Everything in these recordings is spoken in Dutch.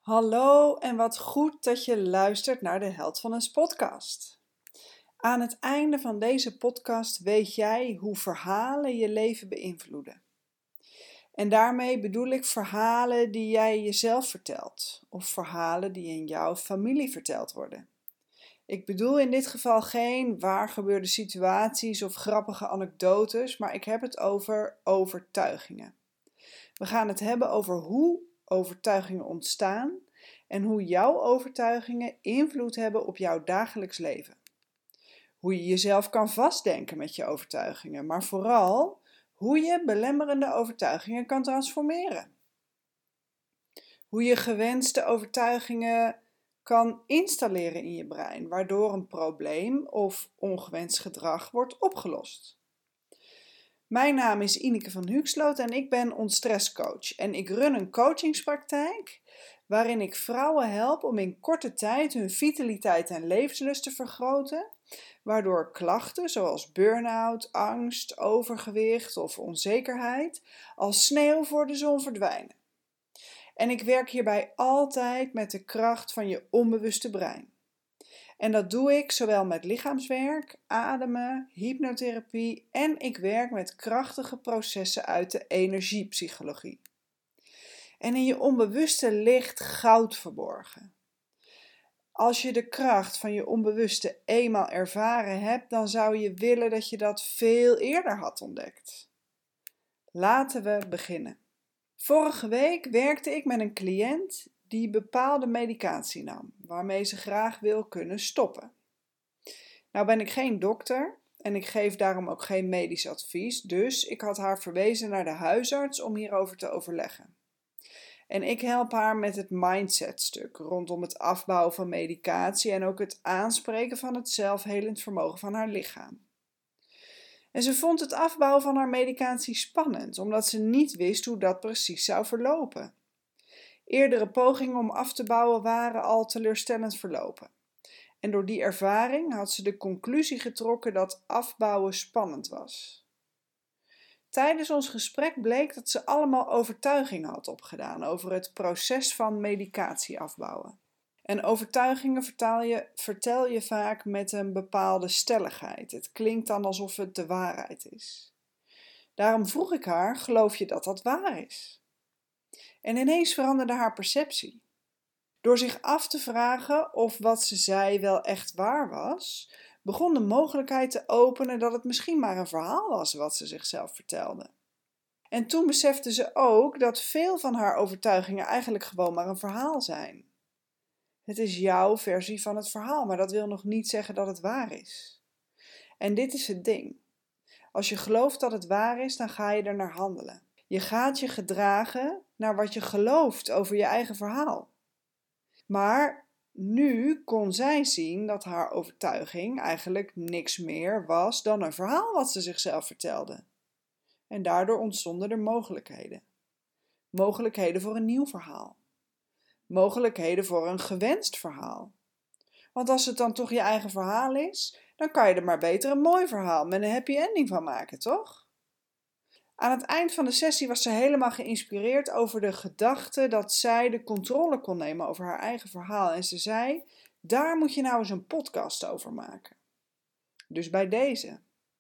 Hallo en wat goed dat je luistert naar de Held van een podcast. Aan het einde van deze podcast weet jij hoe verhalen je leven beïnvloeden. En daarmee bedoel ik verhalen die jij jezelf vertelt of verhalen die in jouw familie verteld worden. Ik bedoel in dit geval geen waargebeurde situaties of grappige anekdotes, maar ik heb het over overtuigingen. We gaan het hebben over hoe overtuigingen ontstaan en hoe jouw overtuigingen invloed hebben op jouw dagelijks leven. Hoe je jezelf kan vastdenken met je overtuigingen, maar vooral hoe je belemmerende overtuigingen kan transformeren. Hoe je gewenste overtuigingen kan installeren in je brein, waardoor een probleem of ongewenst gedrag wordt opgelost. Mijn naam is Ineke van Huxloot en ik ben ontstresscoach. En ik run een coachingspraktijk waarin ik vrouwen help om in korte tijd hun vitaliteit en levenslust te vergroten, waardoor klachten zoals burn-out, angst, overgewicht of onzekerheid als sneeuw voor de zon verdwijnen. En ik werk hierbij altijd met de kracht van je onbewuste brein. En dat doe ik zowel met lichaamswerk, ademen, hypnotherapie en ik werk met krachtige processen uit de energiepsychologie. En in je onbewuste ligt goud verborgen. Als je de kracht van je onbewuste eenmaal ervaren hebt, dan zou je willen dat je dat veel eerder had ontdekt. Laten we beginnen. Vorige week werkte ik met een cliënt die bepaalde medicatie nam, waarmee ze graag wil kunnen stoppen. Nou ben ik geen dokter en ik geef daarom ook geen medisch advies, dus ik had haar verwezen naar de huisarts om hierover te overleggen. En ik help haar met het mindsetstuk rondom het afbouwen van medicatie en ook het aanspreken van het zelfhelend vermogen van haar lichaam. En ze vond het afbouwen van haar medicatie spannend, omdat ze niet wist hoe dat precies zou verlopen. Eerdere pogingen om af te bouwen waren al teleurstellend verlopen. En door die ervaring had ze de conclusie getrokken dat afbouwen spannend was. Tijdens ons gesprek bleek dat ze allemaal overtuigingen had opgedaan over het proces van medicatie afbouwen. En overtuigingen vertel je vaak met een bepaalde stelligheid. Het klinkt dan alsof het de waarheid is. Daarom vroeg ik haar, geloof je dat dat waar is? En ineens veranderde haar perceptie. Door zich af te vragen of wat ze zei wel echt waar was, begon de mogelijkheid te openen dat het misschien maar een verhaal was wat ze zichzelf vertelde. En toen besefte ze ook dat veel van haar overtuigingen eigenlijk gewoon maar een verhaal zijn. Het is jouw versie van het verhaal, maar dat wil nog niet zeggen dat het waar is. En dit is het ding. Als je gelooft dat het waar is, dan ga je er naar handelen. Je gaat je gedragen naar wat je gelooft over je eigen verhaal. Maar nu kon zij zien dat haar overtuiging eigenlijk niks meer was dan een verhaal wat ze zichzelf vertelde. En daardoor ontstonden er mogelijkheden. Mogelijkheden voor een nieuw verhaal. Mogelijkheden voor een gewenst verhaal. Want als het dan toch je eigen verhaal is, dan kan je er maar beter een mooi verhaal met een happy ending van maken, toch? Aan het eind van de sessie was ze helemaal geïnspireerd over de gedachte dat zij de controle kon nemen over haar eigen verhaal. En ze zei, daar moet je nou eens een podcast over maken. Dus bij deze.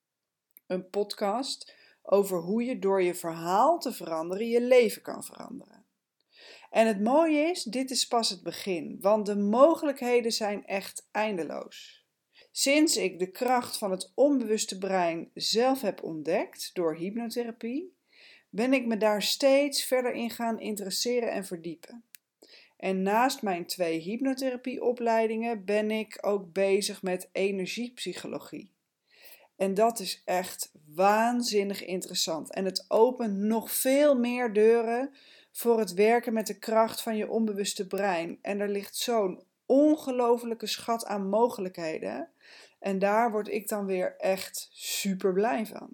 Een podcast over hoe je door je verhaal te veranderen je leven kan veranderen. En het mooie is, dit is pas het begin, want de mogelijkheden zijn echt eindeloos. Sinds ik de kracht van het onbewuste brein zelf heb ontdekt door hypnotherapie, ben ik me daar steeds verder in gaan interesseren en verdiepen. En naast mijn 2 hypnotherapieopleidingen ben ik ook bezig met energiepsychologie. En dat is echt waanzinnig interessant. En het opent nog veel meer deuren voor het werken met de kracht van je onbewuste brein. En er ligt zo'n ongelofelijke schat aan mogelijkheden. En daar word ik dan weer echt super blij van.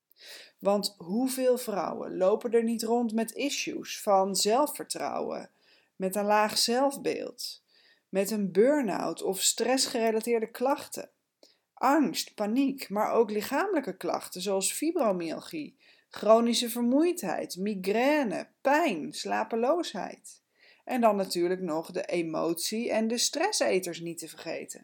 Want hoeveel vrouwen lopen er niet rond met issues van zelfvertrouwen, met een laag zelfbeeld, met een burn-out of stressgerelateerde klachten, angst, paniek, maar ook lichamelijke klachten zoals fibromyalgie, chronische vermoeidheid, migraine, pijn, slapeloosheid. En dan natuurlijk nog de emotie en de stresseters niet te vergeten.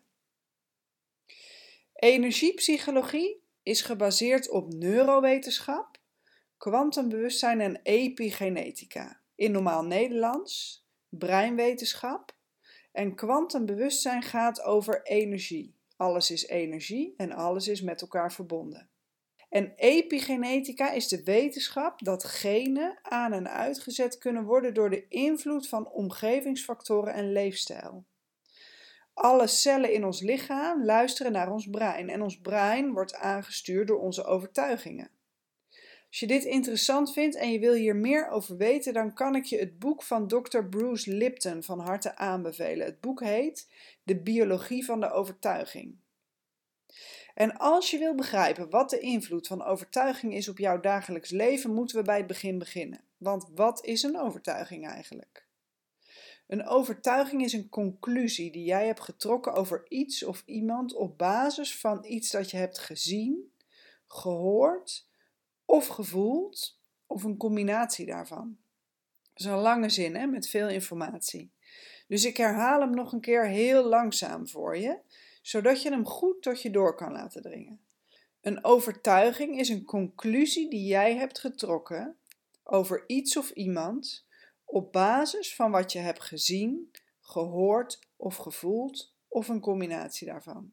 Energiepsychologie is gebaseerd op neurowetenschap, kwantumbewustzijn en epigenetica. In normaal Nederlands, breinwetenschap. En kwantumbewustzijn gaat over energie. Alles is energie en alles is met elkaar verbonden. En epigenetica is de wetenschap dat genen aan- en uitgezet kunnen worden door de invloed van omgevingsfactoren en leefstijl. Alle cellen in ons lichaam luisteren naar ons brein en ons brein wordt aangestuurd door onze overtuigingen. Als je dit interessant vindt en je wil hier meer over weten, dan kan ik je het boek van Dr. Bruce Lipton van harte aanbevelen. Het boek heet De Biologie van de Overtuiging. En als je wil begrijpen wat de invloed van overtuiging is op jouw dagelijks leven, moeten we bij het begin beginnen. Want wat is een overtuiging eigenlijk? Een overtuiging is een conclusie die jij hebt getrokken over iets of iemand op basis van iets dat je hebt gezien, gehoord of gevoeld of een combinatie daarvan. Dat is een lange zin, hè, met veel informatie. Dus ik herhaal hem nog een keer heel langzaam voor je, zodat je hem goed tot je door kan laten dringen. Een overtuiging is een conclusie die jij hebt getrokken over iets of iemand op basis van wat je hebt gezien, gehoord of gevoeld of een combinatie daarvan.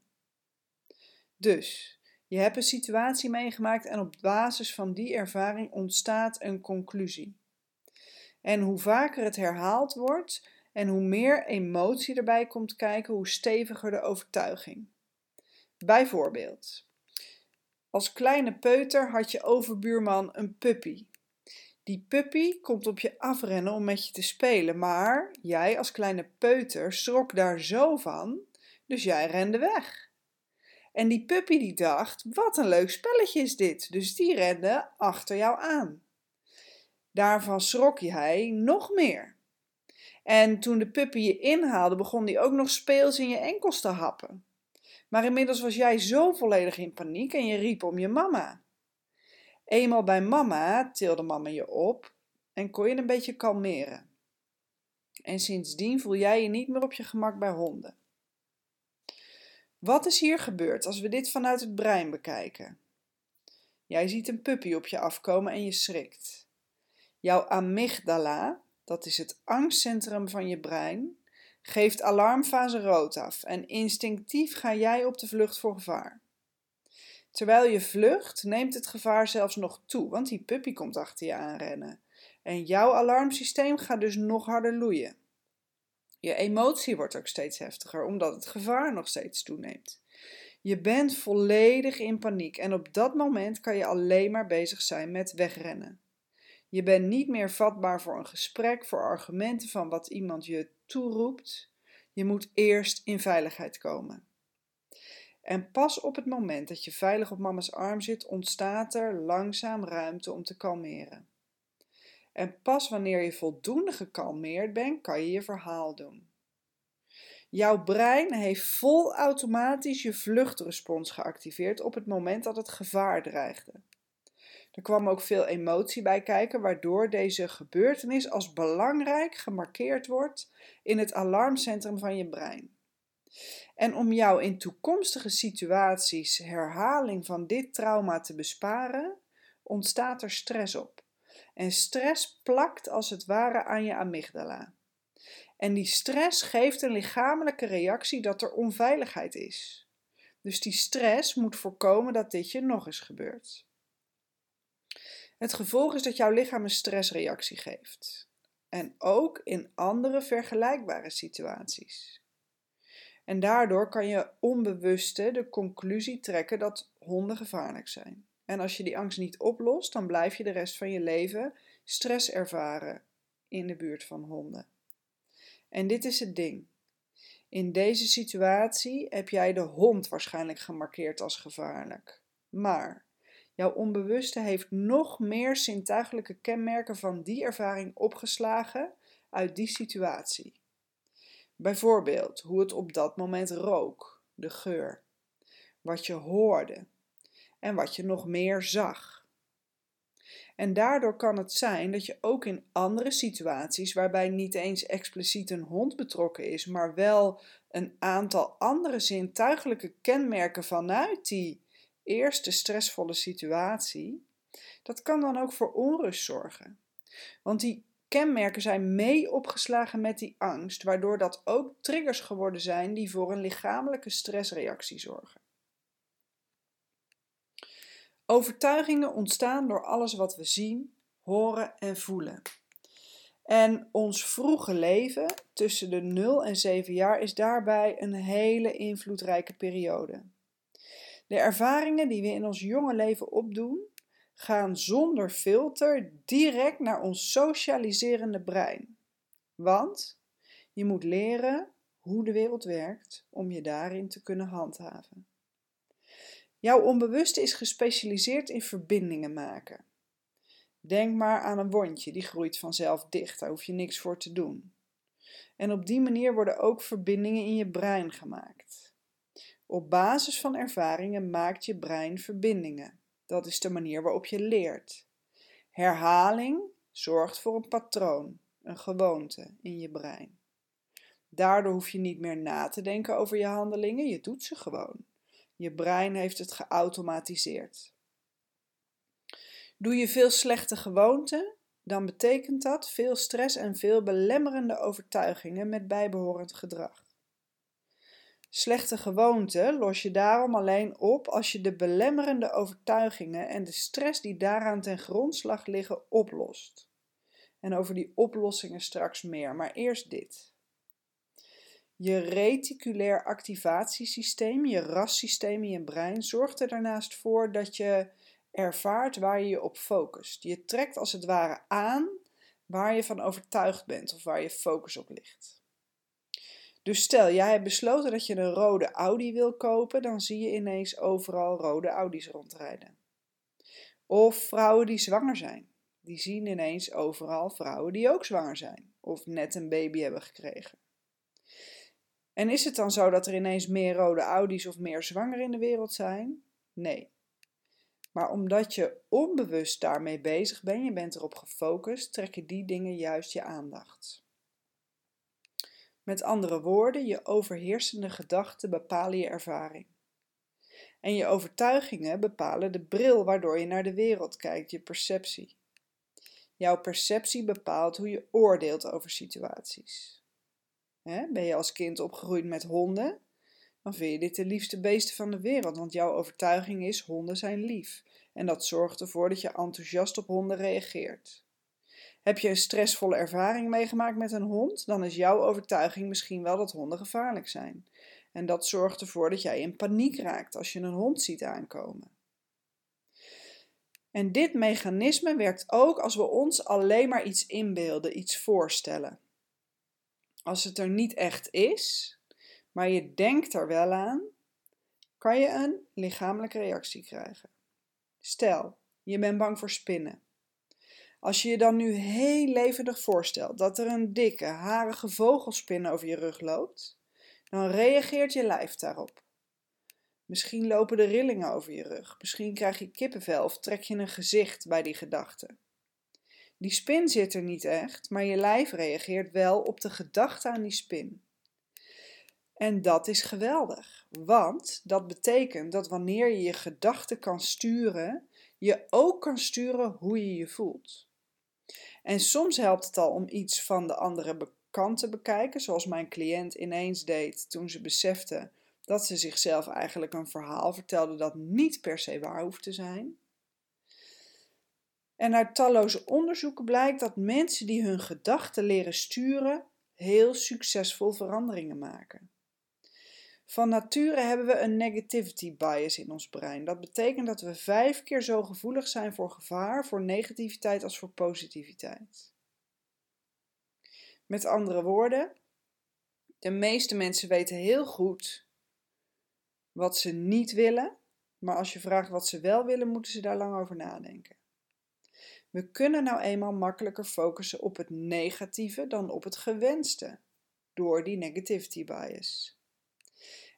Dus, je hebt een situatie meegemaakt en op basis van die ervaring ontstaat een conclusie. En hoe vaker het herhaald wordt en hoe meer emotie erbij komt kijken, hoe steviger de overtuiging. Bijvoorbeeld, als kleine peuter had je overbuurman een puppy. Die puppy komt op je afrennen om met je te spelen, maar jij als kleine peuter schrok daar zo van, dus jij rende weg. En die puppy die dacht, wat een leuk spelletje is dit, dus die rende achter jou aan. Daarvan schrok hij nog meer. En toen de puppy je inhaalde, begon die ook nog speels in je enkels te happen. Maar inmiddels was jij zo volledig in paniek en je riep om je mama. Eenmaal bij mama tilde mama je op en kon je een beetje kalmeren. En sindsdien voel jij je niet meer op je gemak bij honden. Wat is hier gebeurd als we dit vanuit het brein bekijken? Jij ziet een puppy op je afkomen en je schrikt. Jouw amygdala, dat is het angstcentrum van je brein, geeft alarmfase rood af en instinctief ga jij op de vlucht voor gevaar. Terwijl je vlucht, neemt het gevaar zelfs nog toe, want die puppy komt achter je aanrennen. En jouw alarmsysteem gaat dus nog harder loeien. Je emotie wordt ook steeds heftiger, omdat het gevaar nog steeds toeneemt. Je bent volledig in paniek en op dat moment kan je alleen maar bezig zijn met wegrennen. Je bent niet meer vatbaar voor een gesprek, voor argumenten van wat iemand je toeroept. Je moet eerst in veiligheid komen. En pas op het moment dat je veilig op mama's arm zit, ontstaat er langzaam ruimte om te kalmeren. En pas wanneer je voldoende gekalmeerd bent, kan je je verhaal doen. Jouw brein heeft vol automatisch je vluchtrespons geactiveerd op het moment dat het gevaar dreigde. Er kwam ook veel emotie bij kijken, waardoor deze gebeurtenis als belangrijk gemarkeerd wordt in het alarmcentrum van je brein. En om jou in toekomstige situaties herhaling van dit trauma te besparen, ontstaat er stress op. En stress plakt als het ware aan je amygdala. En die stress geeft een lichamelijke reactie dat er onveiligheid is. Dus die stress moet voorkomen dat dit je nog eens gebeurt. Het gevolg is dat jouw lichaam een stressreactie geeft. En ook in andere vergelijkbare situaties. En daardoor kan je onbewuste de conclusie trekken dat honden gevaarlijk zijn. En als je die angst niet oplost, dan blijf je de rest van je leven stress ervaren in de buurt van honden. En dit is het ding. In deze situatie heb jij de hond waarschijnlijk gemarkeerd als gevaarlijk. Maar jouw onbewuste heeft nog meer zintuigelijke kenmerken van die ervaring opgeslagen uit die situatie. Bijvoorbeeld hoe het op dat moment rook, de geur, wat je hoorde en wat je nog meer zag. En daardoor kan het zijn dat je ook in andere situaties, waarbij niet eens expliciet een hond betrokken is, maar wel een aantal andere zintuigelijke kenmerken vanuit die eerste stressvolle situatie, dat kan dan ook voor onrust zorgen. Want die kenmerken zijn mee opgeslagen met die angst, waardoor dat ook triggers geworden zijn die voor een lichamelijke stressreactie zorgen. Overtuigingen ontstaan door alles wat we zien, horen en voelen. En ons vroege leven, tussen de 0 en 7 jaar, is daarbij een hele invloedrijke periode. De ervaringen die we in ons jonge leven opdoen, gaan zonder filter direct naar ons socialiserende brein. Want je moet leren hoe de wereld werkt om je daarin te kunnen handhaven. Jouw onbewuste is gespecialiseerd in verbindingen maken. Denk maar aan een wondje, die groeit vanzelf dicht, daar hoef je niks voor te doen. En op die manier worden ook verbindingen in je brein gemaakt. Op basis van ervaringen maakt je brein verbindingen. Dat is de manier waarop je leert. Herhaling zorgt voor een patroon, een gewoonte in je brein. Daardoor hoef je niet meer na te denken over je handelingen, je doet ze gewoon. Je brein heeft het geautomatiseerd. Doe je veel slechte gewoonten, dan betekent dat veel stress en veel belemmerende overtuigingen met bijbehorend gedrag. Slechte gewoonten los je daarom alleen op als je de belemmerende overtuigingen en de stress die daaraan ten grondslag liggen oplost. En over die oplossingen straks meer, maar eerst dit. Je reticulair activatiesysteem, je RAS-systeem in je brein, zorgt er daarnaast voor dat je ervaart waar je je op focust. Je trekt als het ware aan waar je van overtuigd bent of waar je focus op ligt. Dus stel, jij hebt besloten dat je een rode Audi wil kopen, dan zie je ineens overal rode Audi's rondrijden. Of vrouwen die zwanger zijn, die zien ineens overal vrouwen die ook zwanger zijn of net een baby hebben gekregen. En is het dan zo dat er ineens meer rode Audi's of meer zwangeren in de wereld zijn? Nee. Maar omdat je onbewust daarmee bezig bent, je bent erop gefocust, trekken die dingen juist je aandacht. Met andere woorden, je overheersende gedachten bepalen je ervaring. En je overtuigingen bepalen de bril waardoor je naar de wereld kijkt, je perceptie. Jouw perceptie bepaalt hoe je oordeelt over situaties. Ben je als kind opgegroeid met honden? Dan vind je dit de liefste beesten van de wereld, want jouw overtuiging is honden zijn lief. En dat zorgt ervoor dat je enthousiast op honden reageert. Heb je een stressvolle ervaring meegemaakt met een hond, dan is jouw overtuiging misschien wel dat honden gevaarlijk zijn. En dat zorgt ervoor dat jij in paniek raakt als je een hond ziet aankomen. En dit mechanisme werkt ook als we ons alleen maar iets inbeelden, iets voorstellen. Als het er niet echt is, maar je denkt er wel aan, kan je een lichamelijke reactie krijgen. Stel, je bent bang voor spinnen. Als je je dan nu heel levendig voorstelt dat er een dikke, harige vogelspin over je rug loopt, dan reageert je lijf daarop. Misschien lopen de rillingen over je rug, misschien krijg je kippenvel of trek je een gezicht bij die gedachte. Die spin zit er niet echt, maar je lijf reageert wel op de gedachte aan die spin. En dat is geweldig, want dat betekent dat wanneer je je gedachten kan sturen, je ook kan sturen hoe je je voelt. En soms helpt het al om iets van de andere kant te bekijken, zoals mijn cliënt ineens deed toen ze besefte dat ze zichzelf eigenlijk een verhaal vertelde dat niet per se waar hoeft te zijn. En uit talloze onderzoeken blijkt dat mensen die hun gedachten leren sturen, heel succesvol veranderingen maken. Van nature hebben we een negativity bias in ons brein. Dat betekent dat we 5 keer zo gevoelig zijn voor gevaar, voor negativiteit als voor positiviteit. Met andere woorden, de meeste mensen weten heel goed wat ze niet willen, maar als je vraagt wat ze wel willen, moeten ze daar lang over nadenken. We kunnen nou eenmaal makkelijker focussen op het negatieve dan op het gewenste, door die negativity bias.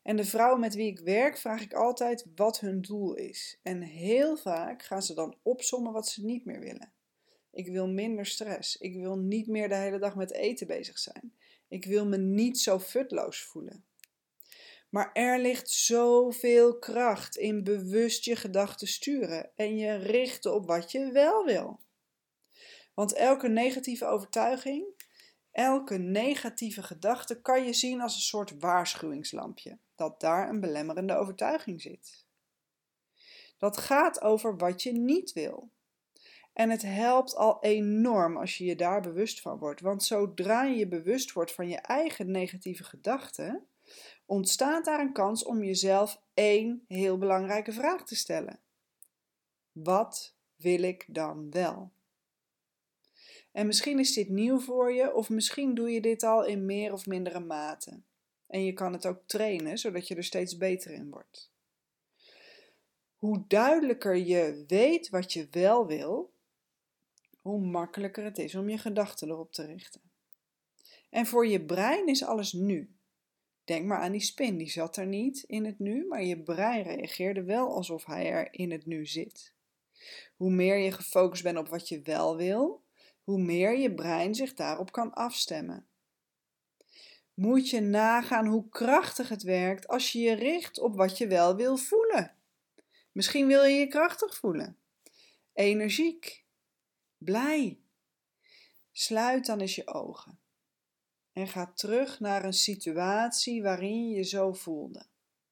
En de vrouwen met wie ik werk vraag ik altijd wat hun doel is. En heel vaak gaan ze dan opsommen wat ze niet meer willen. Ik wil minder stress. Ik wil niet meer de hele dag met eten bezig zijn. Ik wil me niet zo futloos voelen. Maar er ligt zoveel kracht in bewust je gedachten sturen en je richten op wat je wel wil. Want elke negatieve overtuiging, elke negatieve gedachte kan je zien als een soort waarschuwingslampje, dat daar een belemmerende overtuiging zit. Dat gaat over wat je niet wil. En het helpt al enorm als je je daar bewust van wordt, want zodra je je bewust wordt van je eigen negatieve gedachten, ontstaat daar een kans om jezelf één heel belangrijke vraag te stellen. Wat wil ik dan wel? En misschien is dit nieuw voor je, of misschien doe je dit al in meer of mindere mate. En je kan het ook trainen, zodat je er steeds beter in wordt. Hoe duidelijker je weet wat je wel wil, hoe makkelijker het is om je gedachten erop te richten. En voor je brein is alles nu. Denk maar aan die spin, die zat er niet in het nu, maar je brein reageerde wel alsof hij er in het nu zit. Hoe meer je gefocust bent op wat je wel wil, hoe meer je brein zich daarop kan afstemmen. Moet je nagaan hoe krachtig het werkt als je je richt op wat je wel wil voelen. Misschien wil je je krachtig voelen, energiek, blij. Sluit dan eens je ogen en ga terug naar een situatie waarin je je zo voelde.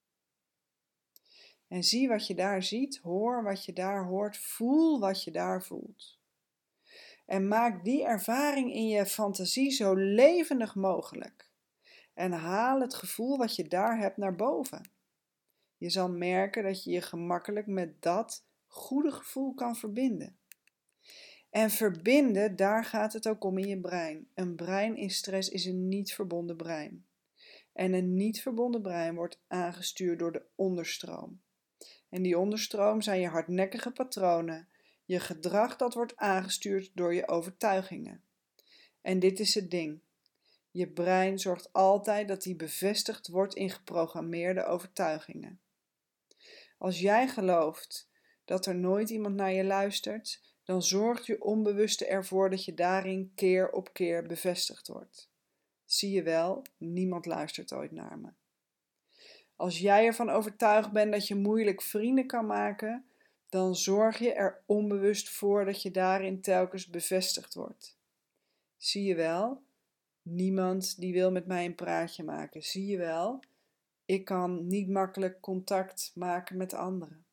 En zie wat je daar ziet, hoor wat je daar hoort, voel wat je daar voelt. En maak die ervaring in je fantasie zo levendig mogelijk. En haal het gevoel wat je daar hebt naar boven. Je zal merken dat je je gemakkelijk met dat goede gevoel kan verbinden. En verbinden, daar gaat het ook om in je brein. Een brein in stress is een niet verbonden brein. En een niet verbonden brein wordt aangestuurd door de onderstroom. En die onderstroom zijn je hardnekkige patronen, je gedrag dat wordt aangestuurd door je overtuigingen. En dit is het ding. Je brein zorgt altijd dat die bevestigd wordt in geprogrammeerde overtuigingen. Als jij gelooft dat er nooit iemand naar je luistert, dan zorgt je onbewuste ervoor dat je daarin keer op keer bevestigd wordt. Zie je wel, niemand luistert ooit naar me. Als jij ervan overtuigd bent dat je moeilijk vrienden kan maken, dan zorg je er onbewust voor dat je daarin telkens bevestigd wordt. Zie je wel, niemand die wil met mij een praatje maken. Zie je wel, ik kan niet makkelijk contact maken met anderen.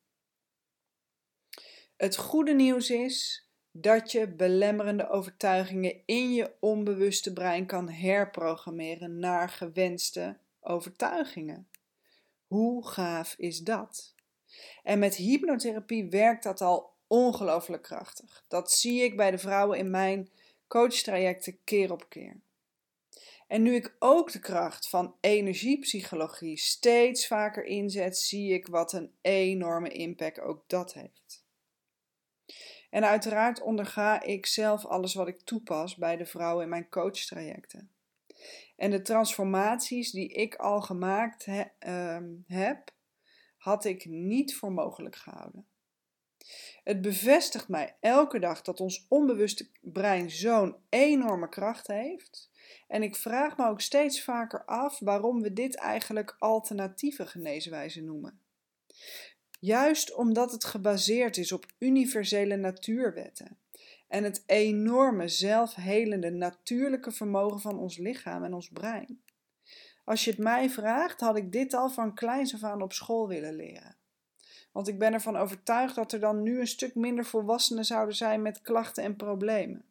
Het goede nieuws is dat je belemmerende overtuigingen in je onbewuste brein kan herprogrammeren naar gewenste overtuigingen. Hoe gaaf is dat? En met hypnotherapie werkt dat al ongelooflijk krachtig. Dat zie ik bij de vrouwen in mijn coachtrajecten keer op keer. En nu ik ook de kracht van energiepsychologie steeds vaker inzet, zie ik wat een enorme impact ook dat heeft. En uiteraard onderga ik zelf alles wat ik toepas bij de vrouwen in mijn coachtrajecten. En de transformaties die ik al gemaakt heb, had ik niet voor mogelijk gehouden. Het bevestigt mij elke dag dat ons onbewuste brein zo'n enorme kracht heeft. En ik vraag me ook steeds vaker af waarom we dit eigenlijk alternatieve geneeswijzen noemen. Juist omdat het gebaseerd is op universele natuurwetten en het enorme zelfhelende natuurlijke vermogen van ons lichaam en ons brein. Als je het mij vraagt, had ik dit al van kleins af aan op school willen leren. Want ik ben ervan overtuigd dat er dan nu een stuk minder volwassenen zouden zijn met klachten en problemen.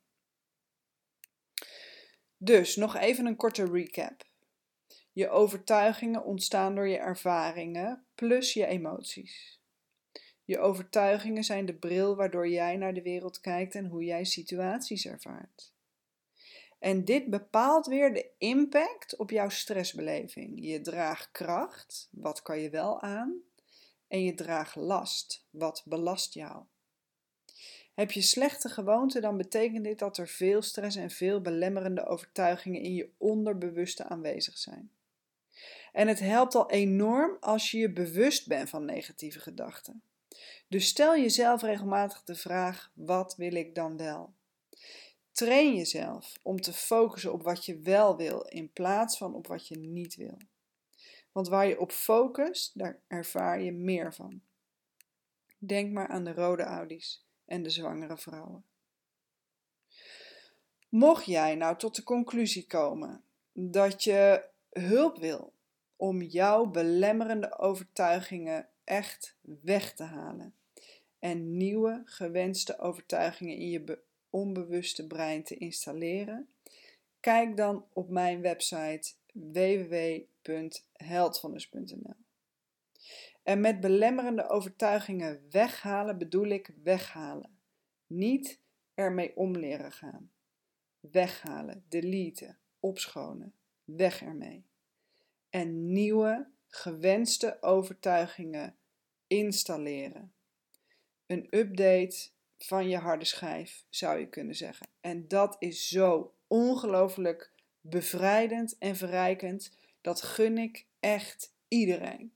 Dus nog even een korte recap. Je overtuigingen ontstaan door je ervaringen plus je emoties. Je overtuigingen zijn de bril waardoor jij naar de wereld kijkt en hoe jij situaties ervaart. En dit bepaalt weer de impact op jouw stressbeleving. Je draagt kracht, wat kan je wel aan? En je draagt last, wat belast jou? Heb je slechte gewoonten, dan betekent dit dat er veel stress en veel belemmerende overtuigingen in je onderbewuste aanwezig zijn. En het helpt al enorm als je je bewust bent van negatieve gedachten. Dus stel jezelf regelmatig de vraag: wat wil ik dan wel? Train jezelf om te focussen op wat je wel wil in plaats van op wat je niet wil. Want waar je op focust, daar ervaar je meer van. Denk maar aan de rode Audi's en de zwangere vrouwen. Mocht jij nou tot de conclusie komen dat je hulp wil om jouw belemmerende overtuigingen echt weg te halen en nieuwe gewenste overtuigingen in je onbewuste brein te installeren, kijk dan op mijn website www.heldvandus.nl. En met belemmerende overtuigingen weghalen bedoel ik weghalen, niet ermee om leren gaan. Weghalen, deleten, opschonen, weg ermee. En nieuwe, gewenste overtuigingen installeren. Een update van je harde schijf, zou je kunnen zeggen. En dat is zo ongelooflijk bevrijdend en verrijkend. Dat gun ik echt iedereen.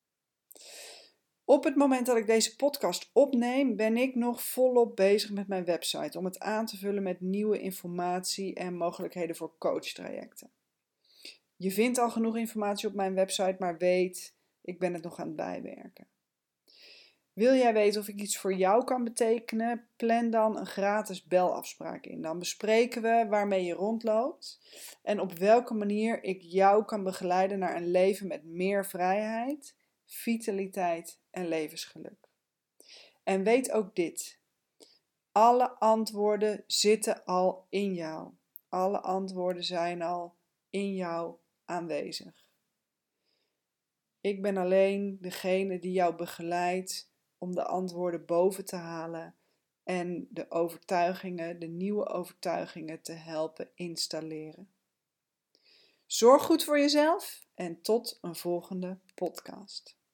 Op het moment dat ik deze podcast opneem, ben ik nog volop bezig met mijn website om het aan te vullen met nieuwe informatie en mogelijkheden voor coachtrajecten. Je vindt al genoeg informatie op mijn website, maar weet, ik ben het nog aan het bijwerken. Wil jij weten of ik iets voor jou kan betekenen? Plan dan een gratis belafspraak in. Dan bespreken we waarmee je rondloopt en op welke manier ik jou kan begeleiden naar een leven met meer vrijheid, vitaliteit en levensgeluk. En weet ook dit: alle antwoorden zitten al in jou. Alle antwoorden zijn al in jou aanwezig. Ik ben alleen degene die jou begeleidt om de antwoorden boven te halen en de overtuigingen, de nieuwe overtuigingen te helpen installeren. Zorg goed voor jezelf en tot een volgende podcast.